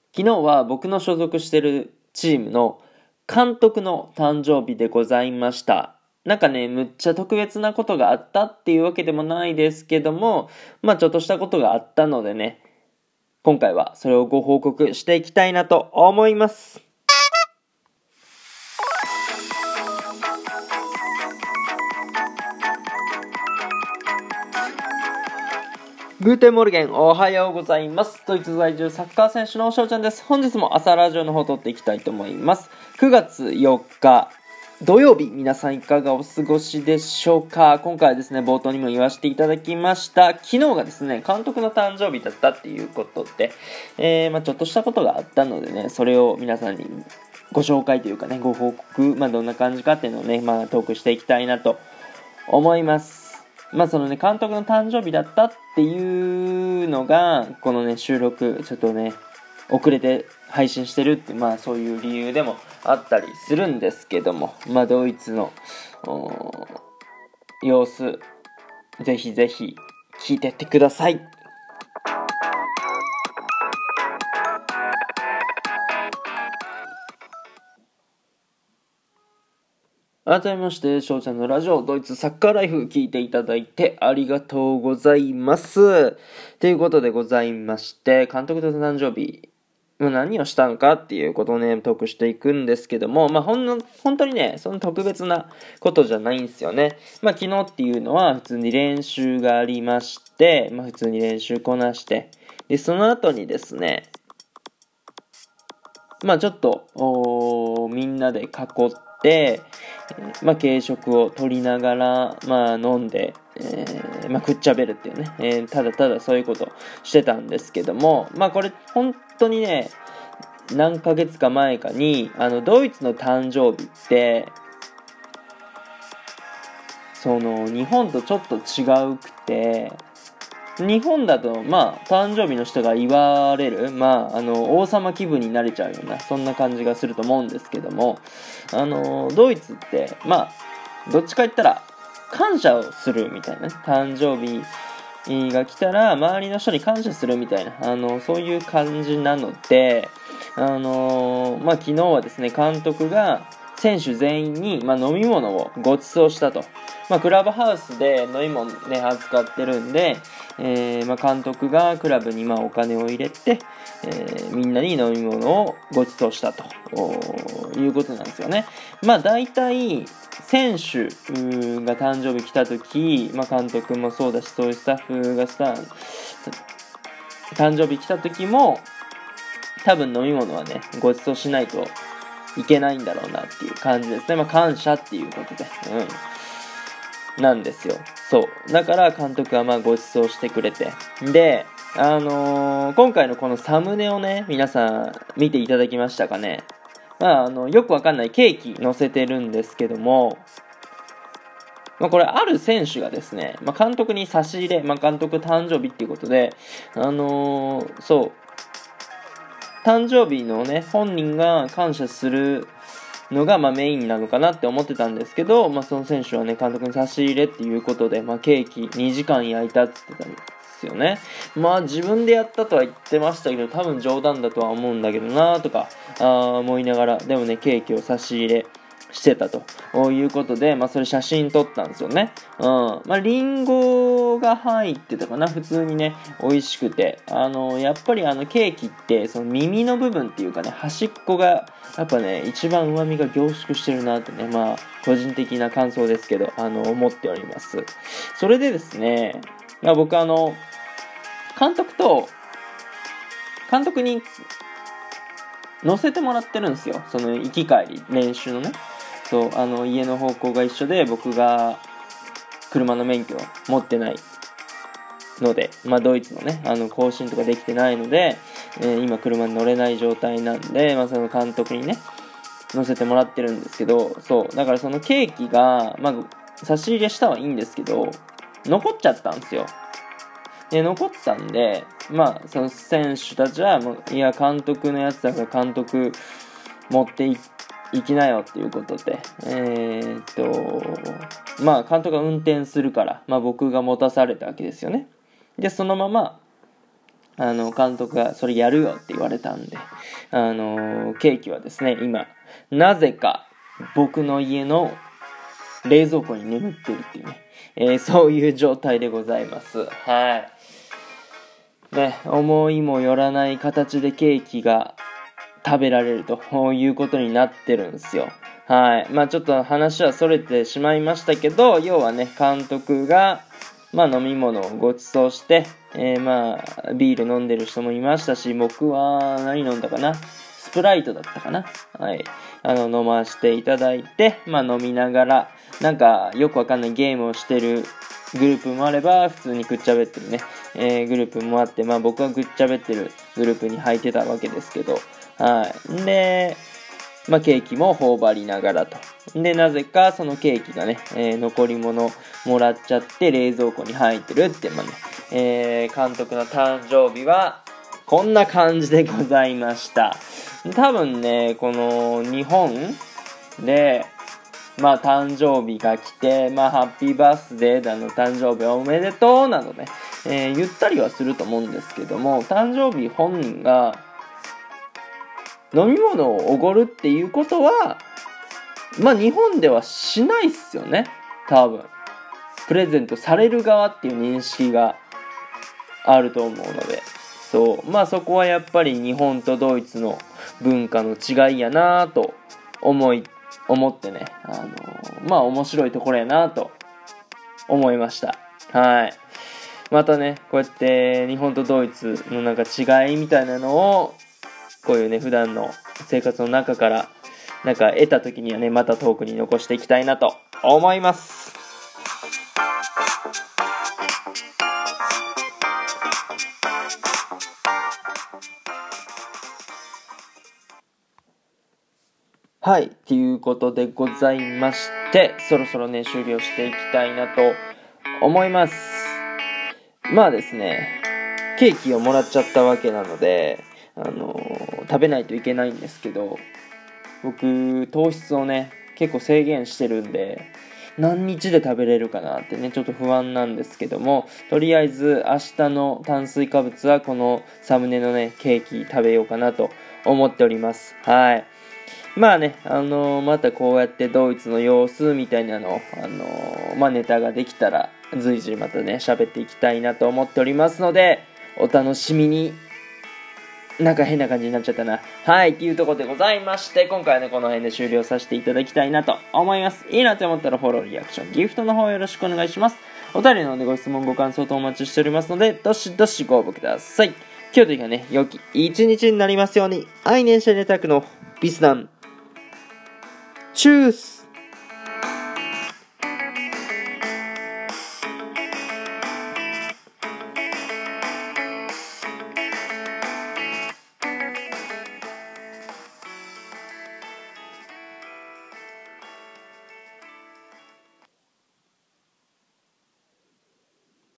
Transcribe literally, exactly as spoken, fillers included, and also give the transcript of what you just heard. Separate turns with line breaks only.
昨日は僕の所属してるチームの監督の誕生日でございました。なんかね、むっちゃ特別なことがあったっていうわけでもないですけども、まあちょっとしたことがあったのでね、今回はそれをご報告していきたいなと思います。グーテンモルゲン、おはようございます。ドイツ在住サッカー選手の翔ちゃんです。本日も朝ラジオの方を撮っていきたいと思います。くがつよっか土曜日、皆さんいかがお過ごしでしょうか。今回はですね、冒頭にも言わせていただきました。昨日がですね、監督の誕生日だったっていうことで、えー、まあちょっとしたことがあったのでね、それを皆さんにご紹介というかね、ご報告、まあどんな感じかっていうのをね、まあトークしていきたいなと思います。まあそのね、監督の誕生日だったっていうのが、このね、収録、ちょっとね、遅れて配信してるって、まあそういう理由でもあったりするんですけども、まあドイツの様子、ぜひぜひ聞いてってください。改めまして、翔ちゃんのラジオ、ドイツサッカーライフ聞いていただいてありがとうございます。ということでございまして、監督の誕生日、何をしたのかっていうことをね、トークしていくんですけども、まあほんの、本当にね、その特別なことじゃないんですよね。まあ昨日っていうのは普通に練習がありまして、まあ普通に練習こなして、で、その後にですね、まあちょっと、みんなで囲って、まあ軽食を取りながら、まあ飲んで、えー、まあくっちゃべるっていうね、えー、ただただそういうことしてたんですけども、まあこれ本当にね、何ヶ月か前かに、あの、ドイツの誕生日って、その、日本とちょっと違うくて、日本だと、まあ、誕生日の人が言われる、まあ、あの、王様気分になれちゃうような、そんな感じがすると思うんですけども、あの、ドイツって、まあ、どっちか言ったら、感謝をするみたいな、誕生日が来たら、周りの人に感謝するみたいな、あの、そういう感じなので、あのー、まあ、昨日はですね、監督が選手全員に、まあ、飲み物をご馳走したと。まあ、クラブハウスで飲み物ね、扱ってるんで、えー、まあ、監督がクラブにまあお金を入れて、えー、みんなに飲み物をご馳走したということなんですよね。まあ、大体、選手が誕生日来た時、まあ、監督もそうだし、そういうスタッフがさ、誕生日来た時も、多分飲み物はね、ご馳走しないといけないんだろうなっていう感じですね。まあ感謝っていうことで。うん。なんですよ。そう。だから監督はまあご馳走してくれて。で、あのー、今回のこのサムネをね、皆さん見ていただきましたかね。まあ、あの、よくわかんないケーキ載せてるんですけども、まあこれある選手がですね、まあ監督に差し入れ、まあ監督誕生日っていうことで、あのー、そう、誕生日のね、本人が感謝するのが、まあ、メインなのかなって思ってたんですけど、まあ、その選手はね、監督に差し入れっていうことで、まあ、ケーキにじかん焼いたって言ってたんですよね。まあ、自分でやったとは言ってましたけど、多分冗談だとは思うんだけどなとか、あ思いながら、でもね、ケーキを差し入れしてたということで、まあ、それ写真撮ったんですよね。うん。まあ、リンゴが入ってたかな、普通にね、美味しくて。あの、やっぱりあの、ケーキって、その耳の部分っていうかね、端っこが、やっぱね、一番旨味が凝縮してるなってね、まあ、個人的な感想ですけど、あの、思っております。それでですね、まあ、僕あの、監督と、監督に乗せてもらってるんですよ。その、行き帰り、練習のね。そう、あの、家の方向が一緒で、僕が車の免許を持ってないので、まあ、ドイツのね、あの、更新とかできてないので、えー、今車に乗れない状態なんで、まあ、その監督にね、乗せてもらってるんですけど、そう、だからそのケーキが、まあ、差し入れしたはいいんですけど、残っちゃったんですよ。で、残ったんで、まあ、その選手たちは、もういや、監督のやつだから監督持ってい行きなよっていうことで、えー、っと、まあ、監督が運転するから、まあ僕が持たされたわけですよね。で、そのまま、 あの監督がそれやるよって言われたんで、あのケーキはですね、今なぜか僕の家の冷蔵庫に眠ってるっていうね、えー、そういう状態でございます。はいね、思いもよらない形でケーキが食べられるということになってるんですよ。はい。まあちょっと話はそれてしまいましたけど、要はね、監督が、まあ飲み物をご馳走して、えー、まあビール飲んでる人もいましたし、僕は何飲んだかな？スプライトだったかな？はい。あの、飲ませていただいて、まあ飲みながら、なんかよくわかんないゲームをしてるグループもあれば、普通にぐっちゃべってるね、えー、グループもあって、まあ僕はぐっちゃべってるグループに入ってたわけですけど、はい。で、まあケーキも頬張りながらと。で、なぜかそのケーキがね、えー、残り物もらっちゃって冷蔵庫に入ってるって、まあね、えー、監督の誕生日はこんな感じでございました。多分ね、この日本で、まあ誕生日が来て、まあハッピーバースデーだの、誕生日おめでとうなどね、えー、言ったりはすると思うんですけども、誕生日本人が飲み物をおごるっていうことは、まあ日本ではしないっすよね、多分。プレゼントされる側っていう認識があると思うので、そう、まあそこはやっぱり日本とドイツの文化の違いやなと思い思ってね、あのー、まあ面白いところやなと思いました。はい。またね、こうやって日本とドイツのなんか違いみたいなのを、こういうね、普段の生活の中からなんか得た時にはね、またトークに残していきたいなと思います。はい、ということでございまして、そろそろね、終了していきたいなと思います。まあですね、ケーキをもらっちゃったわけなので、あのー、食べないといけないんですけど、僕、糖質をね、結構制限してるんで、何日で食べれるかなってね、ちょっと不安なんですけども、とりあえず明日の炭水化物はこのサムネのね、ケーキ食べようかなと思っております。はい。まあね、あのー、またこうやってドイツの様子みたいなのを、あのー、まあネタができたら随時またね、喋っていきたいなと思っておりますので、お楽しみに。なんか変な感じになっちゃったな。はい、っていうところでございまして、今回はね、この辺で終了させていただきたいなと思います。いいなと思ったらフォロー、リアクション、ギフトの方よろしくお願いします。お便りの方でご質問、ご感想とお待ちしておりますので、どしどしご応募ください。今日という日がね、良き一日になりますように、愛年者ネタクのビスダン。チュース